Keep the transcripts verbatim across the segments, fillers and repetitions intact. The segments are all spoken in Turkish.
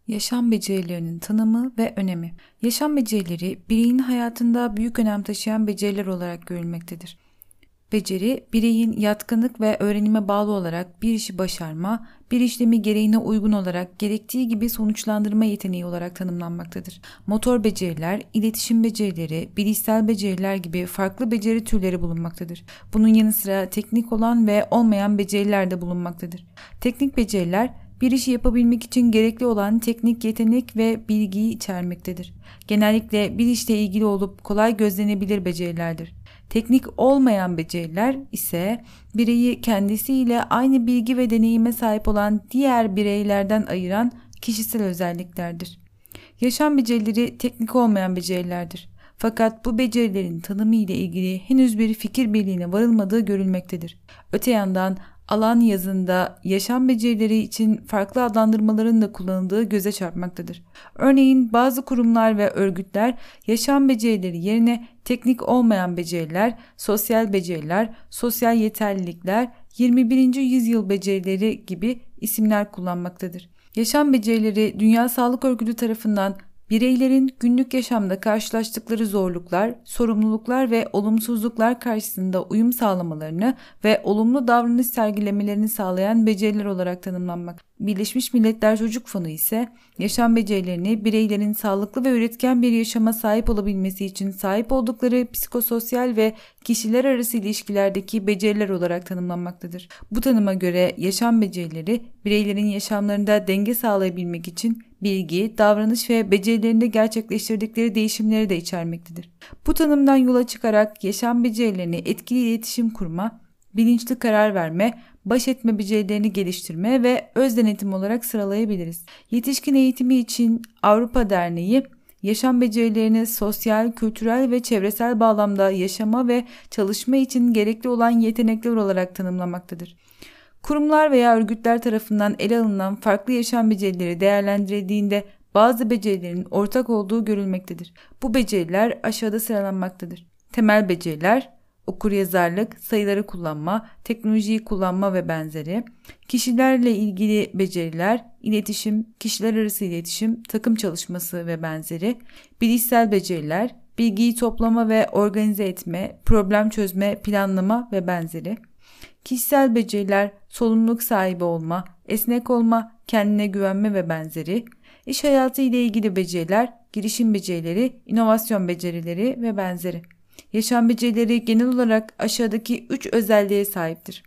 Yaşam becerilerinin tanımı ve önemi. Yaşam becerileri bireyin hayatında büyük önem taşıyan beceriler olarak görülmektedir. Beceri, bireyin yatkınlık ve öğrenime bağlı olarak bir işi başarma, bir işlemi gereğine uygun olarak gerektiği gibi sonuçlandırma yeteneği olarak tanımlanmaktadır. Motor beceriler, iletişim becerileri, bilişsel beceriler gibi farklı beceri türleri bulunmaktadır. Bunun yanı sıra teknik olan ve olmayan beceriler de bulunmaktadır. Teknik beceriler, bir işi yapabilmek için gerekli olan teknik yetenek ve bilgiyi içermektedir. Genellikle bir işle ilgili olup kolay gözlenebilir becerilerdir. Teknik olmayan beceriler ise bireyi kendisiyle aynı bilgi ve deneyime sahip olan diğer bireylerden ayıran kişisel özelliklerdir. Yaşam becerileri teknik olmayan becerilerdir. Fakat bu becerilerin tanımı ile ilgili henüz bir fikir birliğine varılmadığı görülmektedir. Öte yandan alan yazında yaşam becerileri için farklı adlandırmaların da kullanıldığı göze çarpmaktadır. Örneğin bazı kurumlar ve örgütler yaşam becerileri yerine teknik olmayan beceriler, sosyal beceriler, sosyal yeterlilikler, yirmi birinci yüzyıl becerileri gibi isimler kullanmaktadır. Yaşam becerileri Dünya Sağlık Örgütü tarafından bireylerin günlük yaşamda karşılaştıkları zorluklar, sorumluluklar ve olumsuzluklar karşısında uyum sağlamalarını ve olumlu davranış sergilemelerini sağlayan beceriler olarak tanımlanmak. Birleşmiş Milletler Çocuk Fonu ise yaşam becerilerini bireylerin sağlıklı ve üretken bir yaşama sahip olabilmesi için sahip oldukları psikososyal ve kişiler arası ilişkilerdeki beceriler olarak tanımlanmaktadır. Bu tanıma göre yaşam becerileri bireylerin yaşamlarında denge sağlayabilmek için bilgi, davranış ve becerilerinde gerçekleştirdikleri değişimleri de içermektedir. Bu tanımdan yola çıkarak yaşam becerilerini etkili iletişim kurma, bilinçli karar verme, baş etme becerilerini geliştirme ve öz denetim olarak sıralayabiliriz. Yetişkin eğitimi için Avrupa Derneği, yaşam becerilerini sosyal, kültürel ve çevresel bağlamda yaşama ve çalışma için gerekli olan yetenekler olarak tanımlamaktadır. Kurumlar veya örgütler tarafından ele alınan farklı yaşam becerileri değerlendirildiğinde bazı becerilerin ortak olduğu görülmektedir. Bu beceriler aşağıda sıralanmaktadır. Temel beceriler, okuryazarlık, sayıları kullanma, teknolojiyi kullanma ve benzeri. Kişilerle ilgili beceriler, iletişim, kişiler arası iletişim, takım çalışması ve benzeri. Bilişsel beceriler, bilgiyi toplama ve organize etme, problem çözme, planlama ve benzeri. Kişisel beceriler, sorumluluk sahibi olma, esnek olma, kendine güvenme ve benzeri. İş hayatı ile ilgili beceriler, girişim becerileri, inovasyon becerileri ve benzeri. Yaşam becerileri genel olarak aşağıdaki üç özelliğe sahiptir.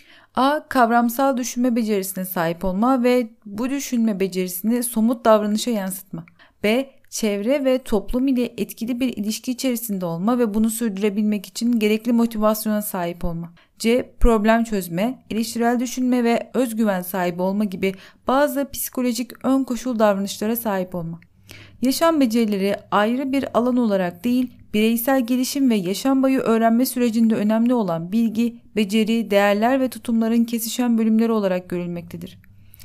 A. Kavramsal düşünme becerisine sahip olma ve bu düşünme becerisini somut davranışa yansıtma. B. Çevre ve toplum ile etkili bir ilişki içerisinde olma ve bunu sürdürebilmek için gerekli motivasyona sahip olma. C. Problem çözme, eleştirel düşünme ve özgüven sahibi olma gibi bazı psikolojik ön koşul davranışlara sahip olma. Yaşam becerileri ayrı bir alan olarak değil, bireysel gelişim ve yaşam boyu öğrenme sürecinde önemli olan bilgi, beceri, değerler ve tutumların kesişen bölümleri olarak görülmektedir.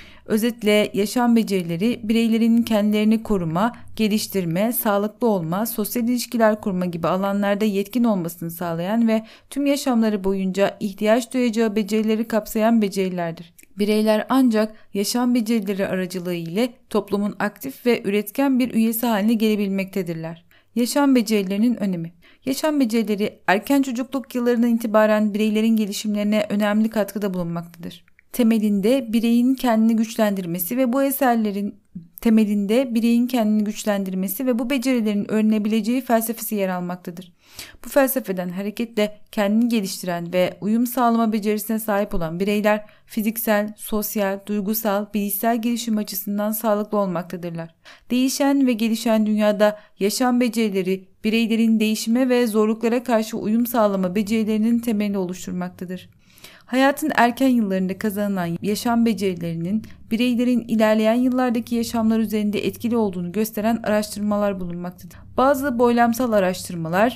Özetle yaşam becerileri bireylerin kendilerini koruma, geliştirme, sağlıklı olma, sosyal ilişkiler kurma gibi alanlarda yetkin olmasını sağlayan ve tüm yaşamları boyunca ihtiyaç duyacağı becerileri kapsayan becerilerdir. Bireyler ancak yaşam becerileri aracılığı ile toplumun aktif ve üretken bir üyesi haline gelebilmektedirler. Yaşam becerilerinin önemi. Yaşam becerileri erken çocukluk yıllarından itibaren bireylerin gelişimlerine önemli katkıda bulunmaktadır. Temelinde bireyin kendini güçlendirmesi ve bu eserlerin temelinde bireyin kendini güçlendirmesi ve bu becerilerin öğrenebileceği felsefesi yer almaktadır. Bu felsefeden hareketle kendini geliştiren ve uyum sağlama becerisine sahip olan bireyler fiziksel, sosyal, duygusal, bilişsel gelişim açısından sağlıklı olmaktadırlar. Değişen ve gelişen dünyada yaşam becerileri bireylerin değişime ve zorluklara karşı uyum sağlama becerilerinin temelini oluşturmaktadır. Hayatın erken yıllarında kazanılan yaşam becerilerinin bireylerin ilerleyen yıllardaki yaşamlar üzerinde etkili olduğunu gösteren araştırmalar bulunmaktadır. Bazı boylamsal araştırmalar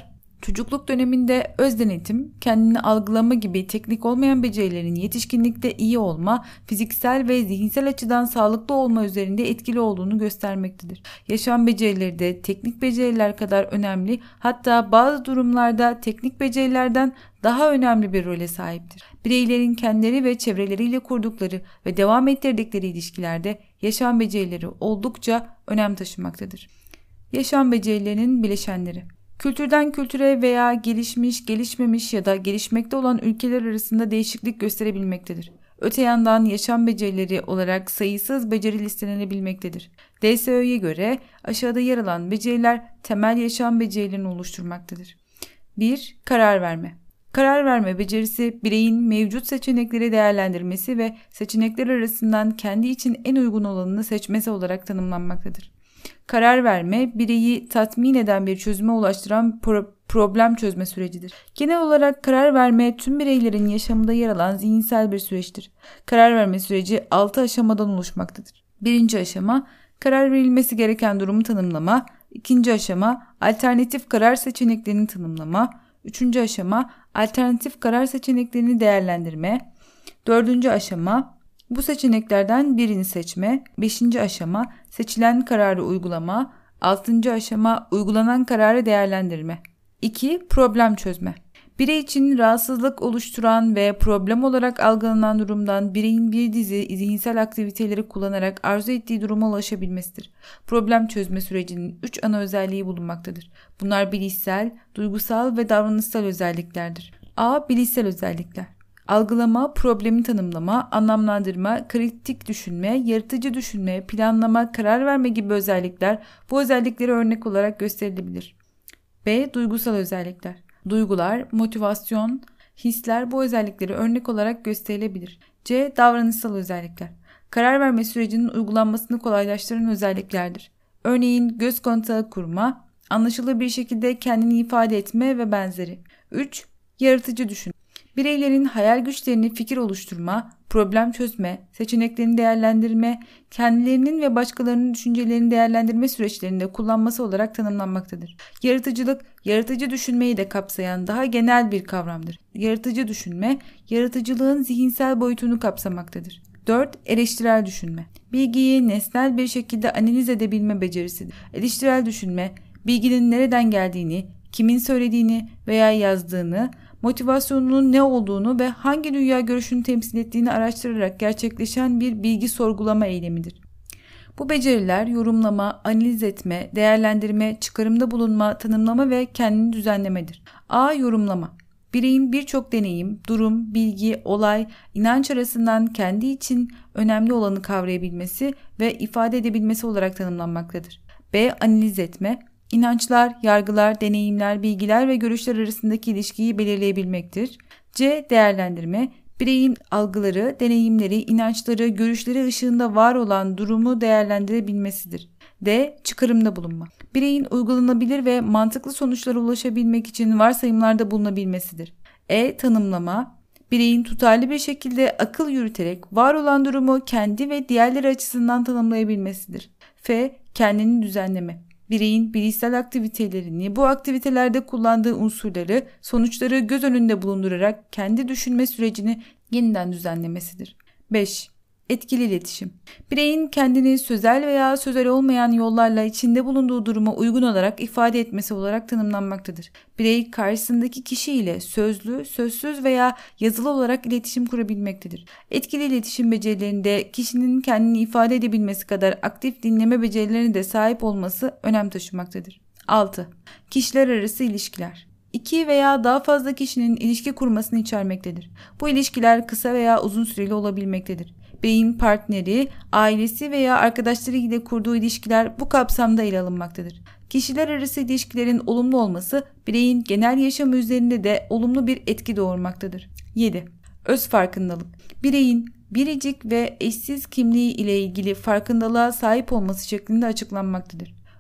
Çocukluk döneminde öz denetim, kendini algılama gibi teknik olmayan becerilerin yetişkinlikte iyi olma, fiziksel ve zihinsel açıdan sağlıklı olma üzerinde etkili olduğunu göstermektedir. Yaşam becerileri de teknik beceriler kadar önemli, hatta bazı durumlarda teknik becerilerden daha önemli bir role sahiptir. Bireylerin kendileri ve çevreleriyle kurdukları ve devam ettirdikleri ilişkilerde yaşam becerileri oldukça önem taşımaktadır. Yaşam becerilerinin bileşenleri. Kültürden kültüre veya gelişmiş, gelişmemiş ya da gelişmekte olan ülkeler arasında değişiklik gösterebilmektedir. Öte yandan yaşam becerileri olarak sayısız beceri listelenebilmektedir. D S Ö'ye göre aşağıda yer alan beceriler temel yaşam becerilerini oluşturmaktadır. bir Karar verme. Karar verme becerisi bireyin mevcut seçenekleri değerlendirmesi ve seçenekler arasından kendi için en uygun olanını seçmesi olarak tanımlanmaktadır. Karar verme, bireyi tatmin eden bir çözüme ulaştıran pro- problem çözme sürecidir. Genel olarak karar verme tüm bireylerin yaşamında yer alan zihinsel bir süreçtir. Karar verme süreci altı aşamadan oluşmaktadır. Birinci aşama, karar verilmesi gereken durumu tanımlama. İkinci aşama, alternatif karar seçeneklerini tanımlama. Üçüncü aşama, alternatif karar seçeneklerini değerlendirme. Dördüncü aşama, bu seçeneklerden birini seçme. Beşinci aşama, seçilen kararı uygulama. Altıncı aşama, uygulanan kararı değerlendirme. iki Problem çözme. Birey için rahatsızlık oluşturan ve problem olarak algılanan durumdan bireyin bir dizi zihinsel aktiviteleri kullanarak arzu ettiği duruma ulaşabilmesidir. Problem çözme sürecinin üç ana özelliği bulunmaktadır. Bunlar bilişsel, duygusal ve davranışsal özelliklerdir. A. Bilişsel özellikler. Algılama, problemi tanımlama, anlamlandırma, kritik düşünme, yaratıcı düşünme, planlama, karar verme gibi özellikler bu özelliklere örnek olarak gösterilebilir. B. Duygusal özellikler. Duygular, motivasyon, hisler bu özellikleri örnek olarak gösterilebilir. C. Davranışsal özellikler. Karar verme sürecinin uygulanmasını kolaylaştıran özelliklerdir. Örneğin göz kontağı kurma, anlaşılır bir şekilde kendini ifade etme ve benzeri. üç. Yaratıcı düşünme. Bireylerin hayal güçlerini fikir oluşturma, problem çözme, seçeneklerini değerlendirme, kendilerinin ve başkalarının düşüncelerini değerlendirme süreçlerinde kullanması olarak tanımlanmaktadır. Yaratıcılık, yaratıcı düşünmeyi de kapsayan daha genel bir kavramdır. Yaratıcı düşünme, yaratıcılığın zihinsel boyutunu kapsamaktadır. dört. Eleştirel düşünme. Bilgiyi nesnel bir şekilde analiz edebilme becerisidir. Eleştirel düşünme, bilginin nereden geldiğini, kimin söylediğini veya yazdığını, motivasyonunun ne olduğunu ve hangi dünya görüşünü temsil ettiğini araştırarak gerçekleşen bir bilgi sorgulama eylemidir. Bu beceriler yorumlama, analiz etme, değerlendirme, çıkarımda bulunma, tanımlama ve kendini düzenlemedir. A. Yorumlama. Bireyin birçok deneyim, durum, bilgi, olay, inanç arasından kendi için önemli olanı kavrayabilmesi ve ifade edebilmesi olarak tanımlanmaktadır. B. Analiz etme. İnançlar, yargılar, deneyimler, bilgiler ve görüşler arasındaki ilişkiyi belirleyebilmektir. C. Değerlendirme. Bireyin algıları, deneyimleri, inançları, görüşleri ışığında var olan durumu değerlendirebilmesidir. D. Çıkarımda bulunma. Bireyin uygulanabilir ve mantıklı sonuçlara ulaşabilmek için varsayımlarda bulunabilmesidir. E. Tanımlama. Bireyin tutarlı bir şekilde akıl yürüterek var olan durumu kendi ve diğerleri açısından tanımlayabilmesidir. F. Kendini düzenleme. Bireyin bilişsel aktivitelerini, bu aktivitelerde kullandığı unsurları, sonuçları göz önünde bulundurarak kendi düşünme sürecini yeniden düzenlemesidir. beş. Etkili iletişim. Bireyin kendini sözel veya sözel olmayan yollarla içinde bulunduğu duruma uygun olarak ifade etmesi olarak tanımlanmaktadır. Birey karşısındaki kişiyle sözlü, sözsüz veya yazılı olarak iletişim kurabilmektedir. Etkili iletişim becerilerinde kişinin kendini ifade edebilmesi kadar aktif dinleme becerilerine de sahip olması önem taşımaktadır. altı. Kişiler arası ilişkiler. İki veya daha fazla kişinin ilişki kurmasını içermektedir. Bu ilişkiler kısa veya uzun süreli olabilmektedir. Bireyin partneri, ailesi veya arkadaşları ile kurduğu ilişkiler bu kapsamda ele alınmaktadır. Kişiler arası ilişkilerin olumlu olması bireyin genel yaşamı üzerinde de olumlu bir etki doğurmaktadır. yedi. Öz farkındalık. Bireyin biricik ve eşsiz kimliği ile ilgili farkındalığa sahip olması şeklinde açıklanmaktadır.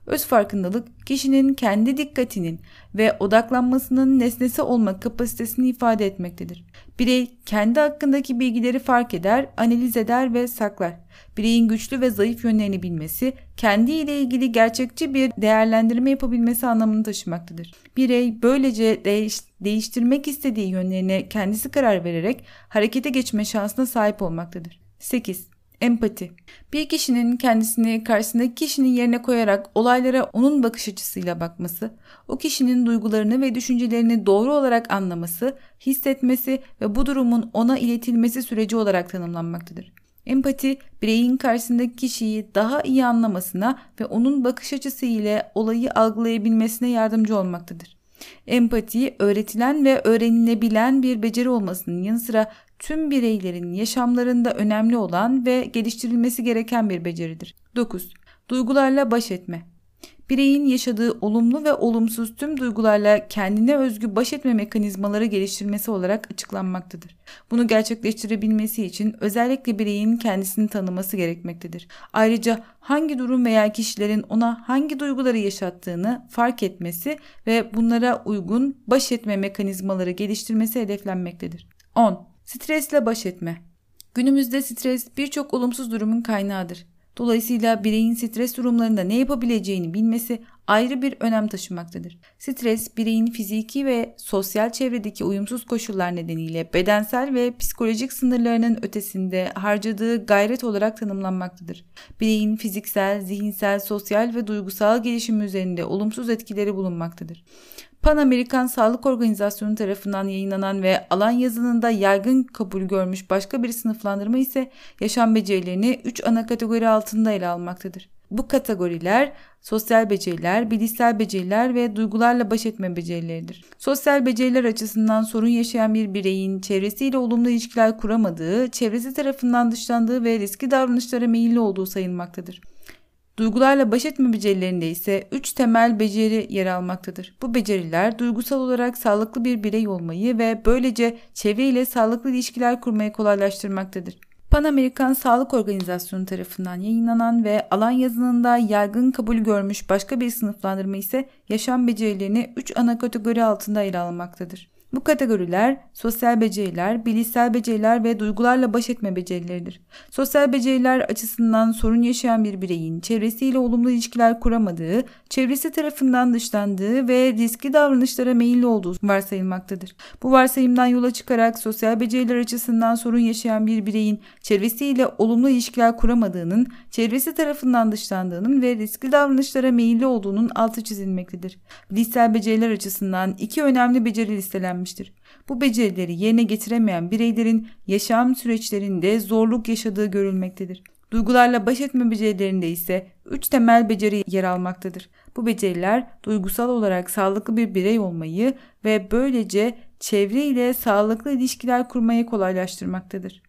Öz farkındalık, kişinin kendi dikkatinin ve odaklanmasının nesnesi olma kapasitesini ifade etmektedir. Birey kendi hakkındaki bilgileri fark eder, analiz eder ve saklar. Bireyin güçlü ve zayıf yönlerini bilmesi, kendi ile ilgili gerçekçi bir değerlendirme yapabilmesi anlamını taşımaktadır. Birey böylece değiş, değiştirmek istediği yönlerine kendisi karar vererek harekete geçme şansına sahip olmaktadır. sekiz. Empati. Bir kişinin kendisini karşısındaki kişinin yerine koyarak olaylara onun bakış açısıyla bakması, o kişinin duygularını ve düşüncelerini doğru olarak anlaması, hissetmesi ve bu durumun ona iletilmesi süreci olarak tanımlanmaktadır. Empati, bireyin karşısındaki kişiyi daha iyi anlamasına ve onun bakış açısı ile olayı algılayabilmesine yardımcı olmaktadır. Empati, öğretilen ve öğrenilebilen bir beceri olmasının yanı sıra tüm bireylerin yaşamlarında önemli olan ve geliştirilmesi gereken bir beceridir. dokuz. Duygularla baş etme. Bireyin yaşadığı olumlu ve olumsuz tüm duygularla kendine özgü baş etme mekanizmaları geliştirmesi olarak açıklanmaktadır. Bunu gerçekleştirebilmesi için özellikle bireyin kendisini tanıması gerekmektedir. Ayrıca hangi durum veya kişilerin ona hangi duyguları yaşattığını fark etmesi ve bunlara uygun baş etme mekanizmaları geliştirmesi hedeflenmektedir. on. Stresle baş etme. Günümüzde stres birçok olumsuz durumun kaynağıdır. Dolayısıyla bireyin stres durumlarında ne yapabileceğini bilmesi ayrı bir önem taşımaktadır. Stres, bireyin fiziki ve sosyal çevredeki uyumsuz koşullar nedeniyle bedensel ve psikolojik sınırlarının ötesinde harcadığı gayret olarak tanımlanmaktadır. Bireyin fiziksel, zihinsel, sosyal ve duygusal gelişimi üzerinde olumsuz etkileri bulunmaktadır. Pan Amerikan Sağlık Organizasyonu tarafından yayınlanan ve alan yazılımında yaygın kabul görmüş başka bir sınıflandırma ise yaşam becerilerini üç ana kategori altında ele almaktadır. Bu kategoriler sosyal beceriler, bilişsel beceriler ve duygularla baş etme becerileridir. Sosyal beceriler açısından sorun yaşayan bir bireyin çevresiyle olumlu ilişkiler kuramadığı, çevresi tarafından dışlandığı ve riskli davranışlara meyilli olduğu sayılmaktadır. Duygularla baş etme becerilerinde ise üç temel beceri yer almaktadır. Bu beceriler duygusal olarak sağlıklı bir birey olmayı ve böylece çevreyle sağlıklı ilişkiler kurmayı kolaylaştırmaktadır. Pan Amerikan Sağlık Organizasyonu tarafından yayınlanan ve alan yazılımında yaygın kabul görmüş başka bir sınıflandırma ise yaşam becerilerini üç ana kategori altında ele almaktadır. Bu kategoriler sosyal beceriler, bilişsel beceriler ve duygularla baş etme becerileridir. Sosyal beceriler açısından sorun yaşayan bir bireyin çevresiyle olumlu ilişkiler kuramadığı, çevresi tarafından dışlandığı ve riskli davranışlara meyilli olduğu varsayılmaktadır. Bu varsayımdan yola çıkarak sosyal beceriler açısından sorun yaşayan bir bireyin çevresiyle olumlu ilişkiler kuramadığının, çevresi tarafından dışlandığının ve riskli davranışlara meyilli olduğunun altı çizilmektedir. Bilişsel beceriler açısından iki önemli beceri listelenmiştir. Bu becerileri yerine getiremeyen bireylerin yaşam süreçlerinde zorluk yaşadığı görülmektedir. Duygularla baş etme becerilerinde ise üç temel beceri yer almaktadır. Bu beceriler duygusal olarak sağlıklı bir birey olmayı ve böylece çevre ile sağlıklı ilişkiler kurmayı kolaylaştırmaktadır.